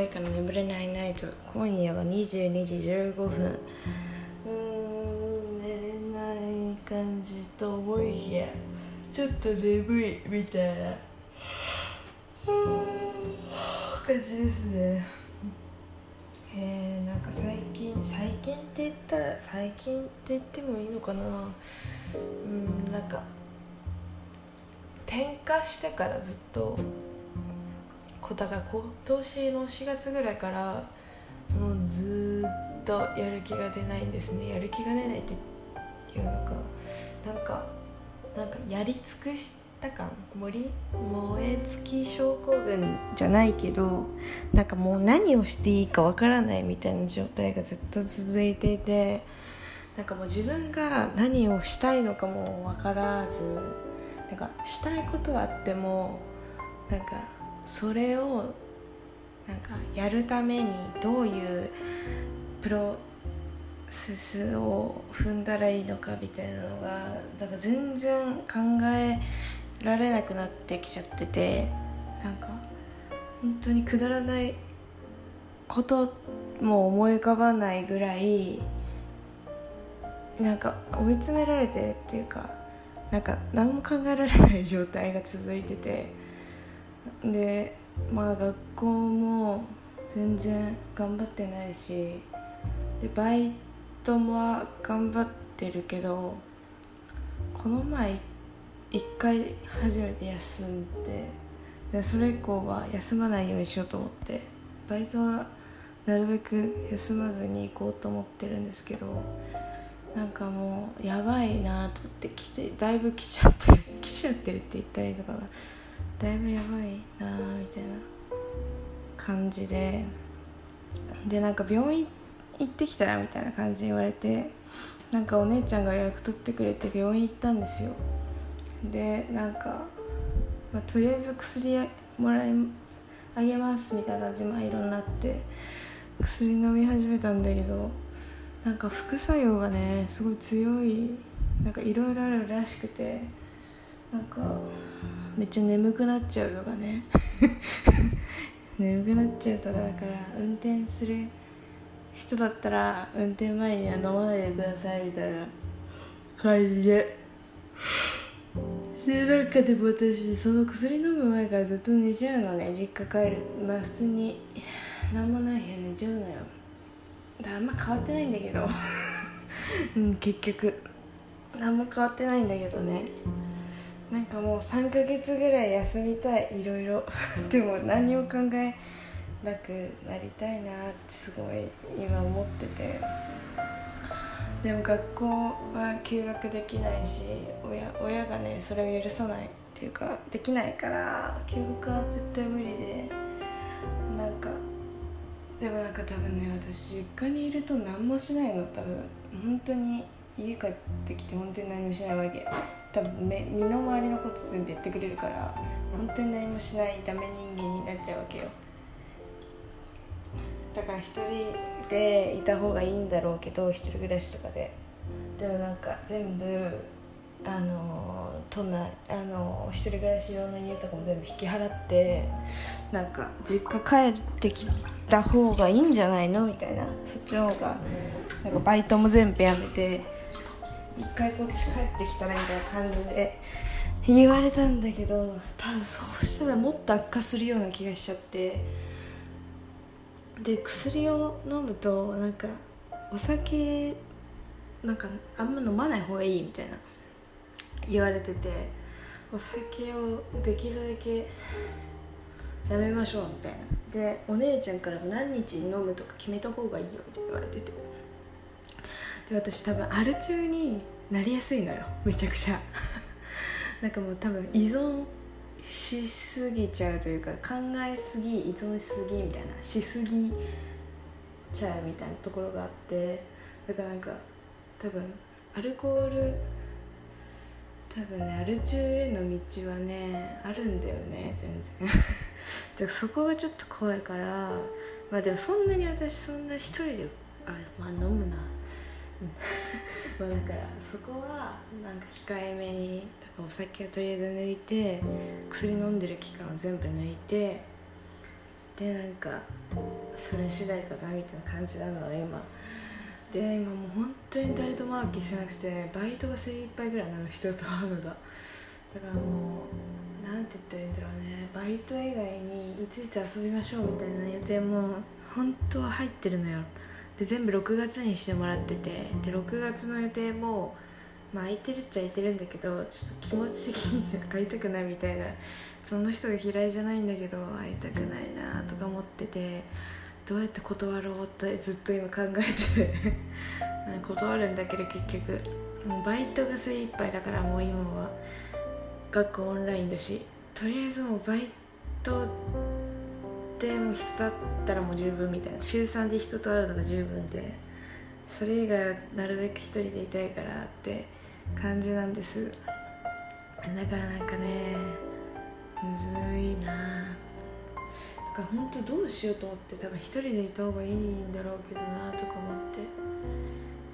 いから眠れないナイト。今夜は22時15分。寝れない感じと思いきやちょっと眠いみたいな感じですね。なんか最近って言ってもいいのかな。なんか転科してからずっとだから今年の4月ぐらいからもうずっとやる気が出ないんですね。やる気が出ないっていうのかなんかやり尽くした感、燃え尽き症候群じゃないけど、なんかもう何をしていいかわからないみたいな状態がずっと続いていて、なんかもう自分が何をしたいのかもわからず、なんかしたいことはあってもなんかそれをなんかやるためにどういうプロセスを踏んだらいいのかみたいなのがだから全然考えられなくなってきちゃってて、なんか本当にくだらないことも思い浮かばないぐらいなんか追い詰められてるっていうか、なんか何も考えられない状態が続いてて、で学校も全然頑張ってないし、でバイトも頑張ってるけど、この前一回初めて休んでそれ以降は休まないようにしようと思ってバイトはなるべく休まずに行こうと思ってるんですけど、なんかもうやばいなと思ってだいぶ来ちゃってるって言ったらいいのかな、だいぶやばいなみたいな感じでなんか病院行ってきたらみたいな感じに言われて、なんかお姉ちゃんが予約取ってくれて病院行ったんですよ。でなんか、とりあえず薬もらいあげますみたいな感じで色になって薬飲み始めたんだけど、なんか副作用がねすごい強い、なんかいろいろあるらしくて、なんかめっちゃ眠くなっちゃうとかね眠くなっちゃうとかだから、運転する人だったら運転前には飲まないでくださいみたいな感じで、なんかでも私その薬飲む前からずっと寝ちゃうのね。実家帰る普通に何もない部屋寝ちゃうのよ。だからあんま変わってないんだけど結局何も変わってないんだけどね。なんかもう3ヶ月ぐらい休みたい、いろいろでも何も考えなくなりたいなってすごい今思ってて、でも学校は休学できないし、親がねそれを許さないっていうかできないから休学は絶対無理で、でもなんか多分ね、私実家にいると何もしないの。多分本当に家帰ってきて本当に何もしないわけ。多分身の回りのこと全部やってくれるから本当に何もしないダメ人間になっちゃうわけよ。だから一人でいた方がいいんだろうけど、一人暮らしとかでもなんか全部一人暮らし用の家とかも全部引き払って、なんか実家帰ってきた方がいいんじゃないのみたいな、そっちの方がなんかバイトも全部やめて一回こっち帰ってきたらみたいな感じで言われたんだけど、多分そうしたらもっと悪化するような気がしちゃって、で薬を飲むとなんかお酒なんかあんま飲まない方がいいみたいな言われてて、お酒をできるだけやめましょうみたいな。でお姉ちゃんからも何日に飲むとか決めた方がいいよって言われてて、で私多分アル中になりやすいのよ、めちゃくちゃなんかもう多分依存しすぎちゃうというか、考えすぎ依存しすぎみたいな、しすぎちゃうみたいなところがあって、だからなんか多分アルコール多分ねアル中への道はねあるんだよね全然でそこがちょっと怖いから、でもそんなに私そんな一人で飲むなだからそこはなんか控えめに、だからお酒をとりあえず抜いて薬飲んでる期間を全部抜いてでなんかそれ次第かなみたいな感じなの今で、今もう本当に誰とも会う気しなくて、バイトが精一杯ぐらいなの、人と会うのが。だからもうなんて言ったらいいんだろうね、バイト以外にいついつ遊びましょうみたいな予定も本当は入ってるのよ。で全部6月にしてもらってて、で6月の予定もまあ空いてるっちゃ空いてるんだけど、ちょっと気持ち的に会いたくないみたいな、その人が嫌いじゃないんだけど会いたくないなとか思ってて、どうやって断ろうってずっと今考えてて断るんだけど結局もうバイトが精一杯だから、もう今は学校オンラインだし、とりあえずもうバイトでもう人だったらもう十分みたいな、週3で人と会うのが十分で、それ以外はなるべく一人でいたいからって感じなんです。だからなんかねむずいな。だから本当どうしようと思って、多分一人でいた方がいいんだろうけどなとか思って、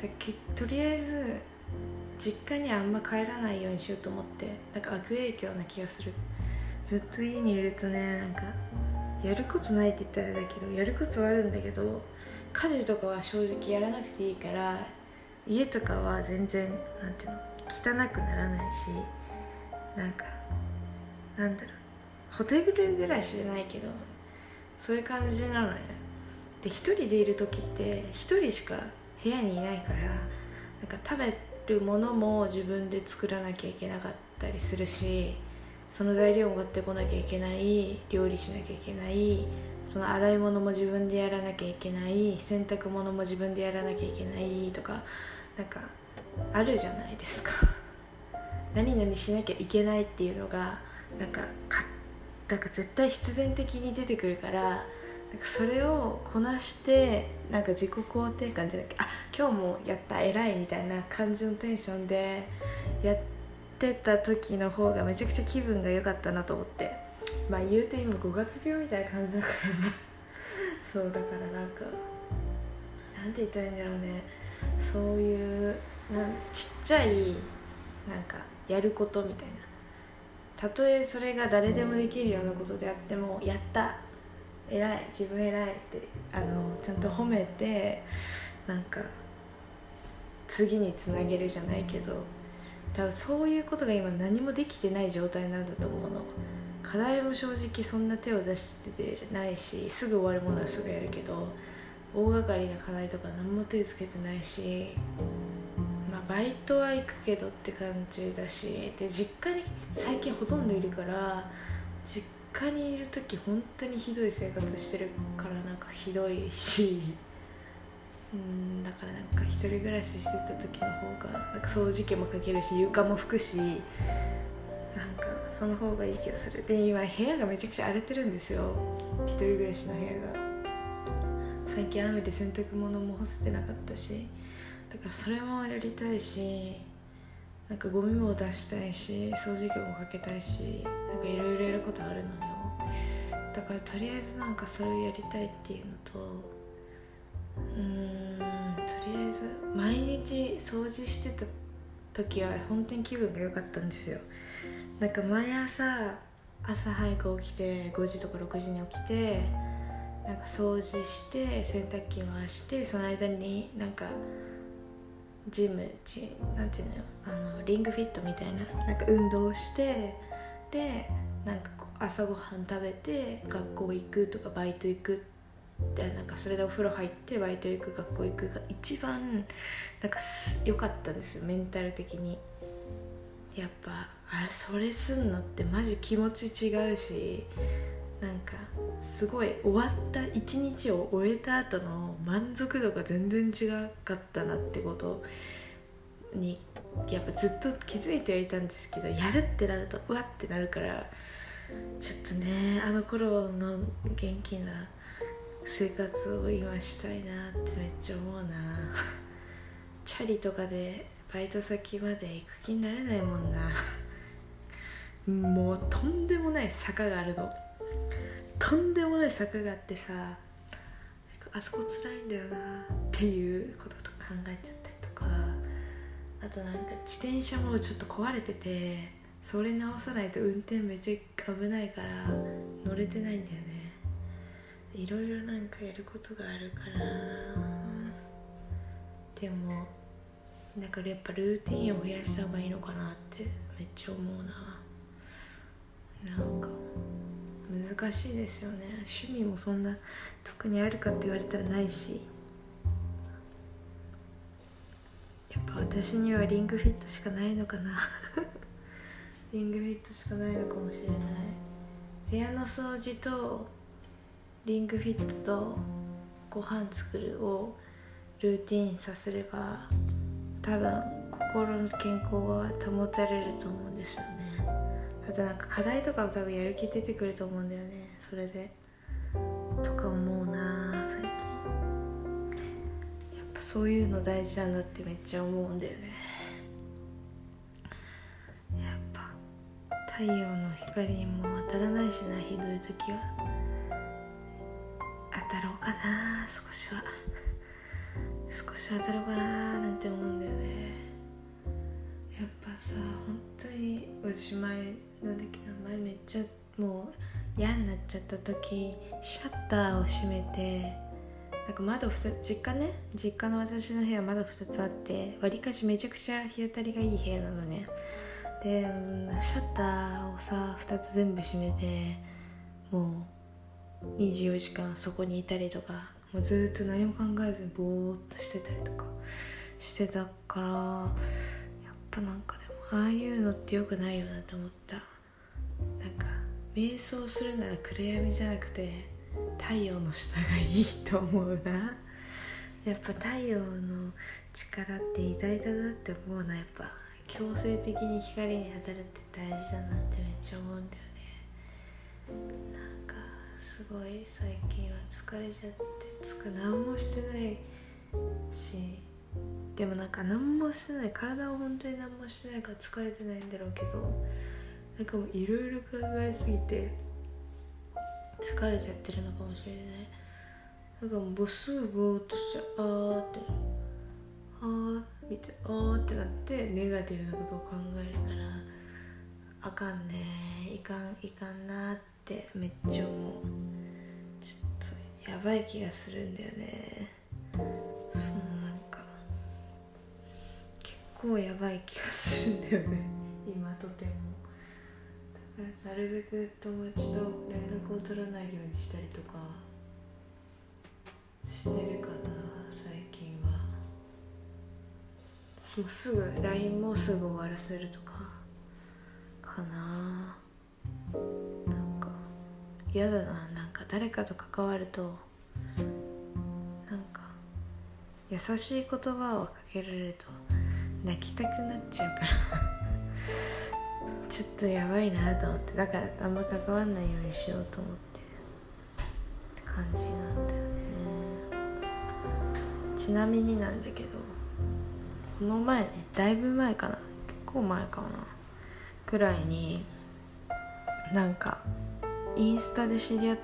とりあえず実家にはあんま帰らないようにしようと思って、なんか悪影響な気がする。ずっと家にいるとね、なんかやることないって言ったらあれだけど、やることはあるんだけど、家事とかは正直やらなくていいから、家とかは全然なんていうの汚くならないし、なんかなんだろう、ホテル暮らしじゃないけどそういう感じなのね。で一人でいる時って一人しか部屋にいないから、なんか食べるものも自分で作らなきゃいけなかったりするし、その材料も買ってこなきゃいけない、料理しなきゃいけない、その洗い物も自分でやらなきゃいけない、洗濯物も自分でやらなきゃいけないとか、なんかあるじゃないですか何々しなきゃいけないっていうのがなんか絶対必然的に出てくるから、なんかそれをこなしてなんか自己肯定感じゃなくて、あ、今日もやった偉いみたいな感じのテンションでやってた時の方がめちゃくちゃ気分が良かったなと思って、まあ言うて今5月病みたいな感じだからねそうだからなんかなんて言ったらいいんだろうね、そういうちっちゃいなんかやることみたいな、たとえそれが誰でもできるようなことであっても、やった偉い自分偉いってちゃんと褒めて、なんか次につなげるじゃないけど、多分そういうことが今何もできてない状態なんだと思うの。課題も正直そんな手を出してないし、すぐ終わるものはすぐやるけど、大掛かりな課題とか何も手つけてないし、まあバイトは行くけどって感じだし、で実家に最近ほとんどいるから、実家にいる時本当にひどい生活してるから、なんかひどいしだからなんか一人暮らししてた時の方がなんか掃除機もかけるし床も拭くし、なんかその方がいい気がする。で今部屋がめちゃくちゃ荒れてるんですよ、一人暮らしの部屋が。最近雨で洗濯物も干せてなかったし、だからそれもやりたいし、なんかゴミも出したいし、掃除機もかけたいし、なんかいろいろやることあるのよ。だからとりあえずなんかそれをやりたいっていうのと、とりあえず毎日掃除してた時は本当に気分が良かったんですよ。なんか毎朝早く起きて5時とか6時に起きて、なんか掃除して洗濯機回して、その間になんかなんていうのよ、リングフィットみたいな、なんか運動して、でなんか朝ごはん食べて学校行くとかバイト行くって、なんかそれでお風呂入ってバイト行く学校行くが一番なんか良かったんですよ、メンタル的に。やっぱそれすんのってマジ気持ち違うし、なんかすごい終わった一日を終えた後の満足度が全然違かったなってことにやっぱずっと気づいてはいたんですけど、やるってなるとうわってなるから、ちょっとねあの頃の元気な生活を今したいなってめっちゃ思うなチャリとかでバイト先まで行く気になれないもんなもうとんでもない坂があるの、とんでもない坂があってさ、あそこ辛いんだよなっていうことと考えちゃったりとか、あとなんか自転車もちょっと壊れてて、それ直さないと運転めっちゃ危ないから乗れてないんだよね。 いろいろなんかやることがあるからでもだからやっぱルーティンを増やした方がいいのかなってめっちゃ思うな。なんか難しいですよね。趣味もそんな特にあるかって言われたらないし、やっぱ私にはリングフィットしかないのかなリングフィットしかないのかもしれない。部屋の掃除とリングフィットとご飯作るをルーティンさせれば多分心の健康は保たれると思うんですよね。あとなんか課題とかも多分やる気出てくると思うんだよね。それでとか思うな最近。やっぱそういうの大事だなってめっちゃ思うんだよね。やっぱ太陽の光にも当たらないしな、ひどい時は。当たろうかな、少し当たろうかななんて思うんだよね。やっぱさ、本当に私前めっちゃもう嫌になっちゃった時、シャッターを閉めて、なんか窓実家の私の部屋窓2つあって、わりかしめちゃくちゃ日当たりがいい部屋なのね。でシャッターをさ2つ全部閉めて、もう24時間そこにいたりとか、もうずっと何も考えずにぼーっとしてたりとかしてたから、やっぱなんかでもああいうのって良くないよなと思った。なんか瞑想するなら暗闇じゃなくて太陽の下がいいと思うな。やっぱ太陽の力って偉大だなって思うな。やっぱ強制的に光に当たるって大事だなってめっちゃ思うんだよね。なんかすごい最近は疲れちゃって、何もしてないし、でもなんか何もしてない、体を本当に何もしてないから疲れてないんだろうけど、なんかもういろいろ考えすぎて疲れちゃってるのかもしれない。なんかもうすぐぼーっとしちゃう。見てってなってネガティブなことを考えるから、あかんね、いかんなってめっちゃ思う。ちょっとやばい気がするんだよね。なんか結構やばい気がするんだよね今とても。だからなるべく友達と連絡を取らないようにしたりとかしてるかな最近は。もうすぐ LINE もすぐ終わらせるとかかな。なんか嫌だな。なんか誰かと関わるとなんか優しい言葉をかけられると泣きたくなっちゃうからちょっとやばいなと思って、だからあんま関わんないようにしようと思って感じなんだよね。ちなみになんだけど、この前ね、だいぶ前かな、結構前かなくらいに、なんかインスタで知り合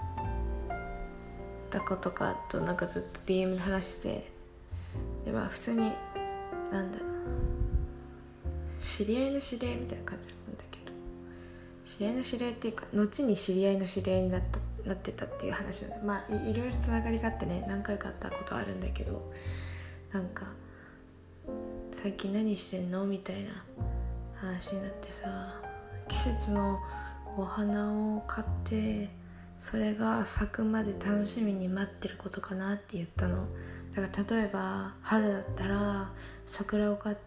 った子とかとなんかずっと DM で話して、でまあ普通になんだろう、知り合いの知り合いみたいな感じなんだけど、知り合いの知り合いっていうか後に知り合いの知り合いになってたっていう話で、まあいろいろつながりがあってね、何回かあったことあるんだけど、なんか最近何してんのみたいな話になってさ、季節のお花を買ってそれが咲くまで楽しみに待ってることかなって言ったの。だから例えば春だったら桜を買って、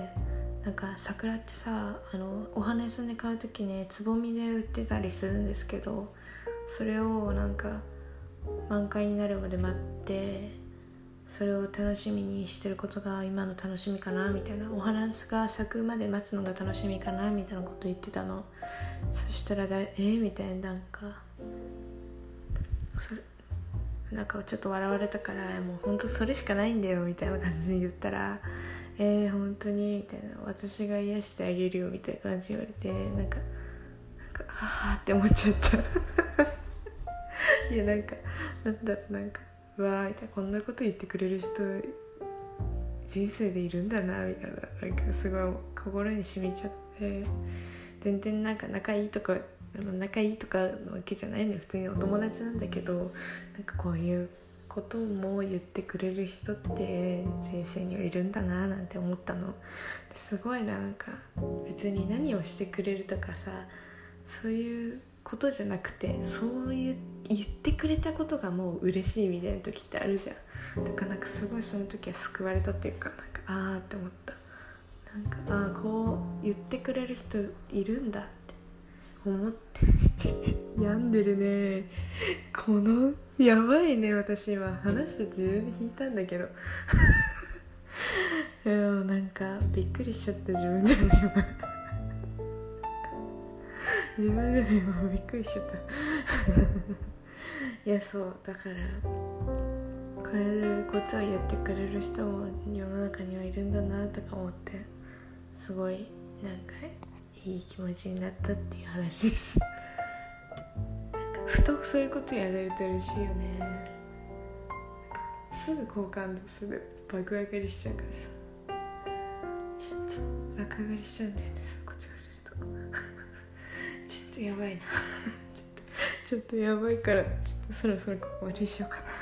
なんか桜ってさ、お花屋さんで買うときね、つぼみで売ってたりするんですけど、それをなんか満開になるまで待って、それを楽しみにしてることが今の楽しみかなみたいな、お花が咲くまで待つのが楽しみかなみたいなこと言ってたの。そしたらみたいな、なんかそれなんかちょっと笑われたから、もう本当それしかないんだよみたいな感じに言ったら、本当にみたいな、私が癒してあげるよみたいな感じ言われて、なんかはぁって思っちゃったいやなんかなんだろう、なんかうわーみたいな、こんなこと言ってくれる人人生でいるんだなみたいな、なんかすごい心に染みちゃって、全然なんか仲いいとか仲いいとかのわけじゃないのよ、普通にお友達なんだけど、なんかこういうことも言ってくれる人って人生にはいるんだななんて思ったの。すごいなんか別に何をしてくれるとかさ、そういうことじゃなくて、そういう言ってくれたことがもう嬉しいみたいな時ってあるじゃん。だからなんかすごいその時は救われたっていうか、なんかあーって思った。なんかこう言ってくれる人いるんだって思って病んでるね。このやばいね、私今話してて自分で引いたんだけどなんかびっくりしちゃった自分でも今自分でも今びっくりしちゃったいやそうだからこういうことを言ってくれる人も世の中にはいるんだなとか思って、すごいなんかいい気持ちになったっていう話ですふとそういうことやられると嬉しいよね。すぐ好感度すぐ爆上がりしちゃうからさ、ちょっと爆上がりしちゃうんだよね、そういうこと言われるとちょっとやばいなちょっとやばいから、ちょっとそろそろここまでしようかな。